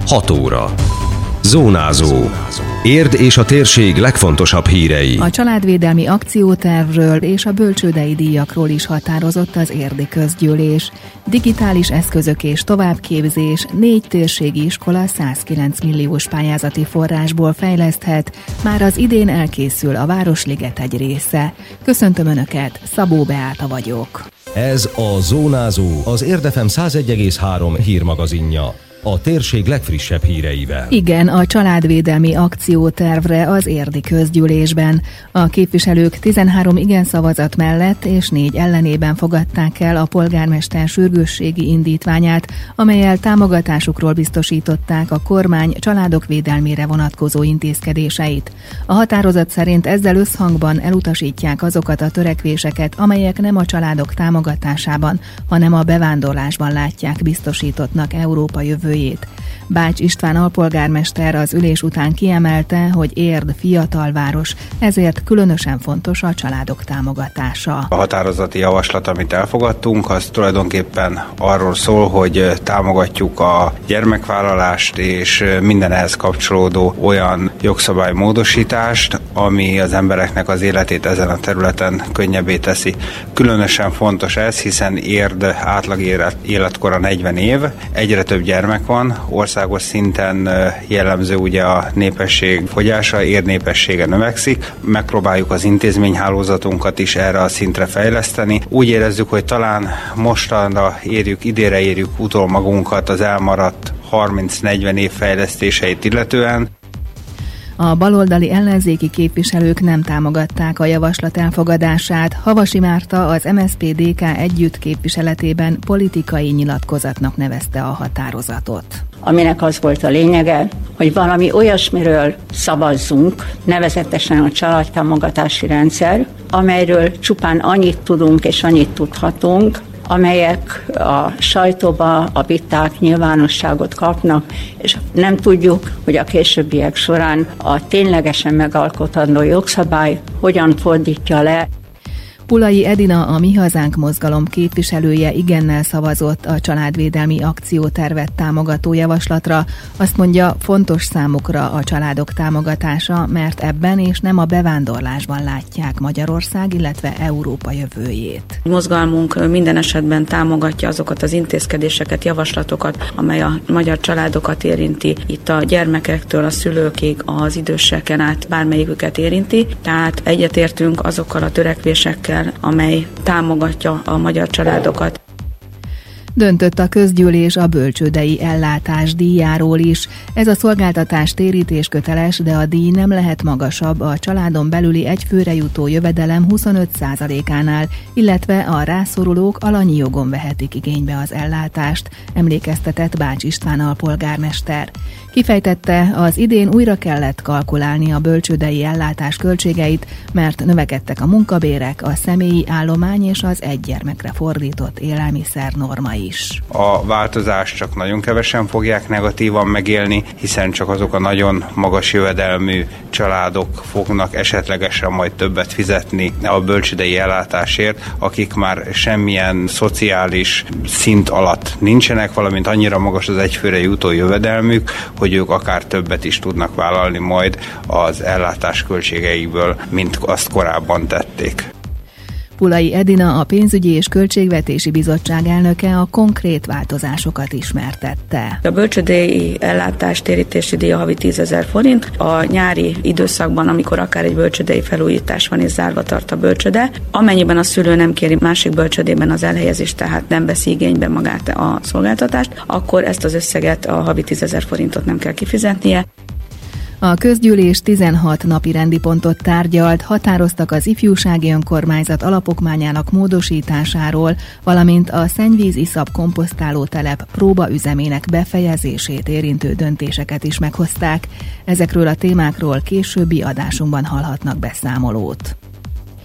6 óra. Zónázó. Érd és a térség legfontosabb hírei. A családvédelmi akciótervről és a bölcsődei díjakról is határozott az érdi közgyűlés. Digitális eszközök és továbbképzés, 4 térségi iskola 109 milliós pályázati forrásból fejleszthet. Már az idén elkészül a Városliget egy része. Köszöntöm Önöket, Szabó Beáta vagyok. Ez a Zónázó, az Érd FM 101,3 hírmagazinja. A térség legfrissebb híreivel. Igen, a családvédelmi akciótervre az érdi közgyűlésben. A képviselők 13 igen szavazat mellett és 4 ellenében fogadták el a polgármester sürgősségi indítványát, amellyel támogatásukról biztosították a kormány családok védelmére vonatkozó intézkedéseit. A határozat szerint ezzel összhangban elutasítják azokat a törekvéseket, amelyek nem a családok támogatásában, hanem a bevándorlásban látják biztosítottnak Európa jövőjét. Bács István alpolgármester az ülés után kiemelte, hogy Érd fiatal város, ezért különösen fontos a családok támogatása. A határozati javaslat, amit elfogadtunk, az tulajdonképpen arról szól, hogy támogatjuk a gyermekvállalást és minden ehhez kapcsolódó olyan jogszabálymódosítást, ami az embereknek az életét ezen a területen könnyebbé teszi. Különösen fontos ez, hiszen Érd átlag életkora 40 év, egyre több gyermek van, országos szinten jellemző ugye a népesség fogyása, Érd népessége növekszik, megpróbáljuk az intézményhálózatunkat is erre a szintre fejleszteni. Úgy érezzük, hogy talán mostanra idénre érjük utol magunkat az elmaradt 30-40 év fejlesztéseit illetően. A baloldali ellenzéki képviselők nem támogatták a javaslat elfogadását. Havasi Márta az MSZP-DK együtt képviseletében politikai nyilatkozatnak nevezte a határozatot. Aminek az volt a lényege, hogy valami olyasmiről szavazzunk, nevezetesen a családtámogatási rendszer, amelyről csupán annyit tudunk és annyit tudhatunk, amelyek a sajtóba, a viták nyilvánosságot kapnak, és nem tudjuk, hogy a későbbiek során a ténylegesen megalkotandó jogszabály hogyan fordítja le. Pulai Edina, a Mi Hazánk mozgalom képviselője igennel szavazott a családvédelmi akciótervet támogató javaslatra. Azt mondja, fontos számukra a családok támogatása, mert ebben és nem a bevándorlásban látják Magyarország, illetve Európa jövőjét. A mozgalmunk minden esetben támogatja azokat az intézkedéseket, javaslatokat, amely a magyar családokat érinti. Itt a gyermekektől a szülőkig, az időseken át bármelyiküket érinti. Tehát egyetértünk azokkal a törekvésekkel, amely támogatja a magyar családokat. Döntött a közgyűlés a bölcsődei ellátás díjáról is. Ez a szolgáltatás térítésköteles, de a díj nem lehet magasabb a családon belüli egyfőre jutó jövedelem 25%-ánál, illetve a rászorulók alanyi jogon vehetik igénybe az ellátást, emlékeztetett Bács István alpolgármester. Kifejtette, az idén újra kellett kalkulálni a bölcsődei ellátás költségeit, mert növekedtek a munkabérek, a személyi állomány és az egy gyermekre fordított élelmiszer norma is. A változást csak nagyon kevesen fogják negatívan megélni, hiszen csak azok a nagyon magas jövedelmű családok fognak esetlegesen majd többet fizetni a bölcsődei ellátásért, akik már semmilyen szociális szint alatt nincsenek, valamint annyira magas az egyfőre jutó jövedelmük, hogy ők akár többet is tudnak vállalni majd az ellátás költségeikből, mint azt korábban tették. Pulai Edina, a pénzügyi és költségvetési bizottság elnöke, a konkrét változásokat ismertette. A bölcsődei ellátás térítési díja havi 10 000 forint. A nyári időszakban, amikor akár egy bölcsődei felújítás van és zárva tart a bölcsöde, amennyiben a szülő nem kéri másik bölcsödében az elhelyezést, tehát nem veszi igénybe magát a szolgáltatást, akkor ezt az összeget, a havi 10 000 forintot nem kell kifizetnie. A közgyűlés 16 napi rendi pontot tárgyalt, határoztak az ifjúsági önkormányzat alapokmányának módosításáról, valamint a szennyvíz-iszap komposztáló telep próbaüzemének befejezését érintő döntéseket is meghozták. Ezekről a témákról későbbi adásunkban hallhatnak beszámolót.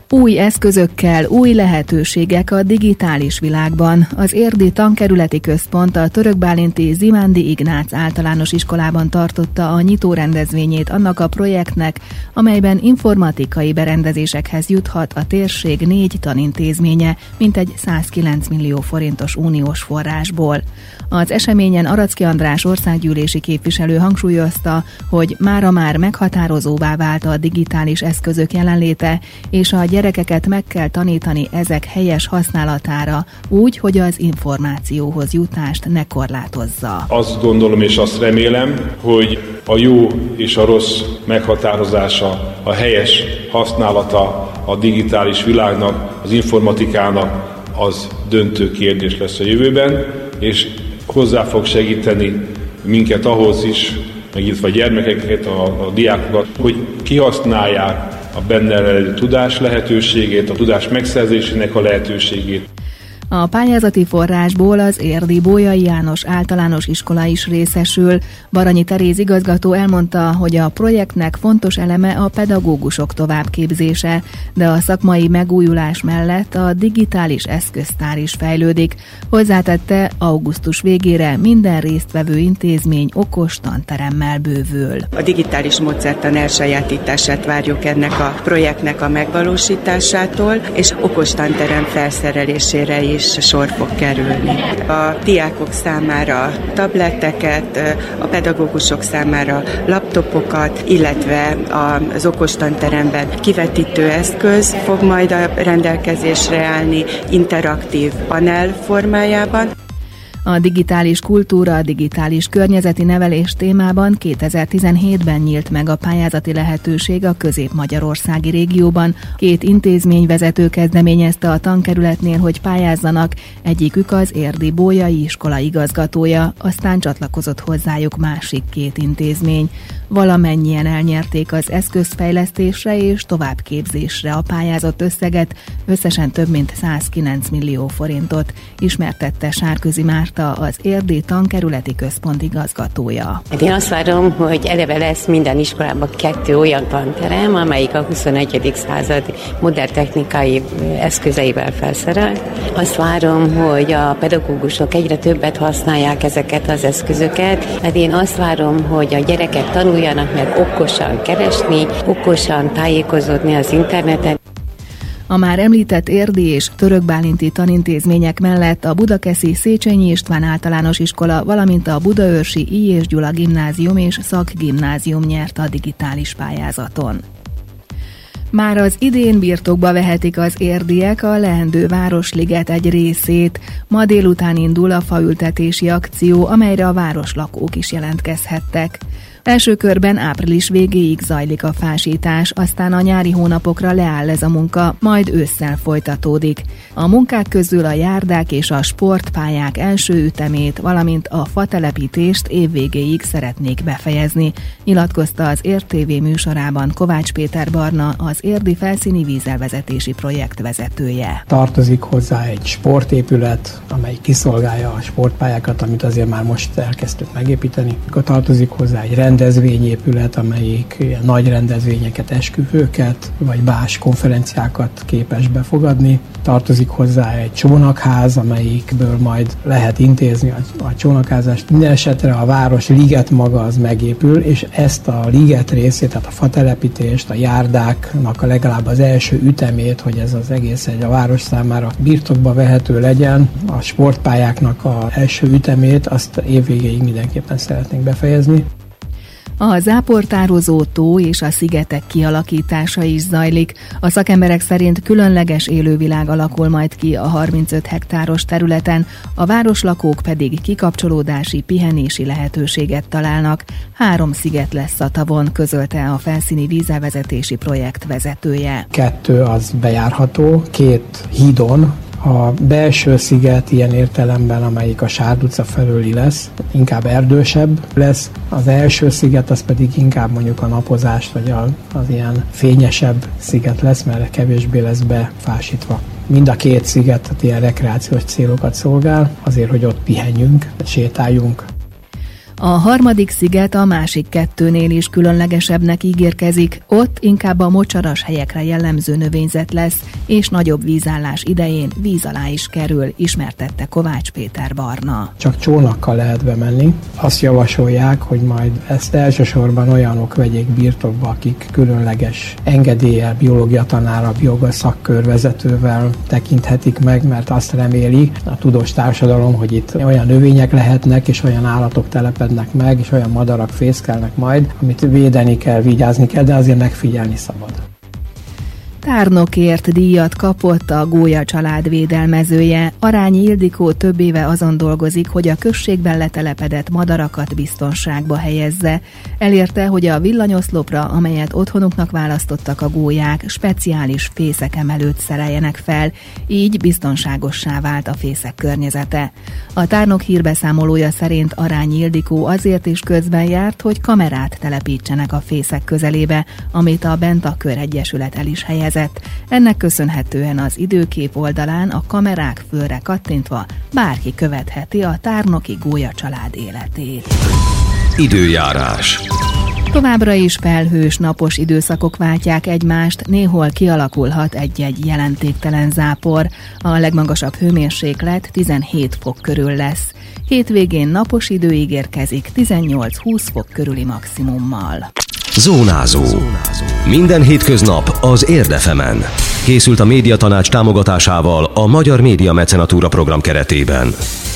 Új eszközökkel, új lehetőségek a digitális világban. Az Érdi Tankerületi Központ a törökbálinti Zimándi Ignác általános iskolában tartotta a nyitó rendezvényét annak a projektnek, amelyben informatikai berendezésekhez juthat a térség 4 tanintézménye, mintegy 109 millió forintos uniós forrásból. Az eseményen Aracki András országgyűlési képviselő hangsúlyozta, hogy mára már meghatározóvá vált a digitális eszközök jelenléte, és a gyerekeket meg kell tanítani ezek helyes használatára, úgy, hogy az információhoz jutást ne korlátozza. Azt gondolom és azt remélem, hogy a jó és a rossz meghatározása, a helyes használata a digitális világnak, az informatikának az döntő kérdés lesz a jövőben, és hozzá fog segíteni minket ahhoz is, megírtva a gyermekeket, a diákokat, hogy kihasználják a benne rejlő tudás lehetőségét, a tudás megszerzésének a lehetőségét. A pályázati forrásból az érdi Bolyai János általános iskola is részesül. Baranyi Teréz igazgató elmondta, hogy a projektnek fontos eleme a pedagógusok továbbképzése, de a szakmai megújulás mellett a digitális eszköztár is fejlődik. Hozzátette, augusztus végére minden résztvevő intézmény okos tanteremmel bővül. A digitális módszertan elsajátítását várjuk ennek a projektnek a megvalósításától, és okos tanterem felszerelésére is sor fog kerülni. A diákok számára tabletteket, a pedagógusok számára laptopokat, illetve az okos-tanteremben kivetítő eszköz fog majd a rendelkezésre állni interaktív panel formájában. A digitális kultúra, a digitális környezeti nevelés témában 2017-ben nyílt meg a pályázati lehetőség a közép-magyarországi régióban. 2 intézményvezető kezdeményezte a tankerületnél, hogy pályázzanak, egyikük az érdi Bolyai iskola igazgatója, aztán csatlakozott hozzájuk másik 2 intézmény. Valamennyien elnyerték az eszközfejlesztésre és továbbképzésre a pályázott összeget, összesen több mint 109 millió forintot, ismertette Sárközi Márta, az Érdi Tankerületi Központ igazgatója. Én azt várom, hogy eleve lesz minden iskolában 2 olyan tanterem, amelyik a 21. század modern technikai eszközeivel felszerelt. Azt várom, hogy a pedagógusok egyre többet használják ezeket az eszközöket, mert én azt várom, hogy a gyerekek tanuljanak meg okosan keresni, okosan tájékozódni az interneten. A már említett érdi és törökbálinti tanintézmények mellett a budakeszi Széchenyi István általános iskola, valamint a budaörsi I. és Gyula gimnázium és szakgimnázium nyert a digitális pályázaton. Már az idén birtokba vehetik az érdiek a leendő Városliget egy részét. Ma délután indul a faültetési akció, amelyre a városlakók is jelentkezhettek. Első körben április végéig zajlik a fásítás, aztán a nyári hónapokra leáll ez a munka, majd ősszel folytatódik. A munkák közül a járdák és a sportpályák első ütemét, valamint a fatelepítést évvégéig szeretnék befejezni, nyilatkozta az Ért TV műsorában Kovács Péter Barna, az érdi felszíni vízelvezetési projekt vezetője. Tartozik hozzá egy sportépület, amely kiszolgálja a sportpályákat, amit azért már most elkezdtük megépíteni. Akkor tartozik hozzá egy rendezvényépület, amelyik ilyen nagy rendezvényeket, esküvőket, vagy más konferenciákat képes befogadni. Tartozik hozzá egy csónakház, amelyikből majd lehet intézni a csónakházást. Minden esetre a Városliget maga az megépül, és ezt a liget részét, tehát a fatelepítést, a járdáknak a legalább az első ütemét, hogy ez az egész a város számára birtokba vehető legyen, a sportpályáknak az első ütemét, azt évvégéig mindenképpen szeretnénk befejezni. A záportározó tó és a szigetek kialakítása is zajlik. A szakemberek szerint különleges élővilág alakul majd ki a 35 hektáros területen, a városlakók pedig kikapcsolódási, pihenési lehetőséget találnak. 3 sziget lesz a tavon, közölte a felszíni vízelvezetési projekt vezetője. 2 az bejárható, 2 hídon. A belső sziget ilyen értelemben, amelyik a Sárd utca felőli lesz, inkább erdősebb lesz. Az első sziget az pedig inkább mondjuk a napozást, vagy az ilyen fényesebb sziget lesz, mert kevésbé lesz befásítva. Mind a 2 sziget ilyen rekreációs célokat szolgál, azért, hogy ott pihenjünk, sétáljunk. A harmadik sziget a másik kettőnél is különlegesebbnek ígérkezik, ott inkább a mocsaras helyekre jellemző növényzet lesz, és nagyobb vízállás idején víz alá is kerül, ismertette Kovács Péter Barna. Csak csónakkal lehet bemenni. Azt javasolják, hogy majd ezt elsősorban olyanok vegyék birtokba, akik különleges engedéllyel, biológia tanára, bioga szakkörvezetővel tekinthetik meg, mert azt reméli a tudós társadalom, hogy itt olyan növények lehetnek, és olyan állatok telepednek meg, és olyan madarak fészkelnek majd, amit védeni kell, vigyázni kell, de azért megfigyelni szabad. Tárnokért díjat kapott a Gólya család védelmezője. Arányi Ildikó több éve azon dolgozik, hogy a községben letelepedett madarakat biztonságba helyezze. Elérte, hogy a villanyoszlopra, amelyet otthonuknak választottak a gólyák, speciális fészekemelőt szereljenek fel, így biztonságossá vált a fészek környezete. A Tárnok hírbeszámolója szerint Arányi Ildikó azért is közben járt, hogy kamerát telepítsenek a fészek közelébe, amit a Bentakör Egyesület el is helyez. Ennek köszönhetően az időkép oldalán a kamerák fölre kattintva bárki követheti a tárnoki Gólya család életét. Időjárás. Továbbra is felhős, napos időszakok váltják egymást, néhol kialakulhat egy-egy jelentéktelen zápor. A legmagasabb hőmérséklet 17 fok körül lesz. Hétvégén napos idő ígérkezik 18-20 fok körüli maximummal. Zónázó. Minden hétköznap az Érdefemen. Készült a Médiatanács támogatásával a Magyar Média Mecenatúra program keretében.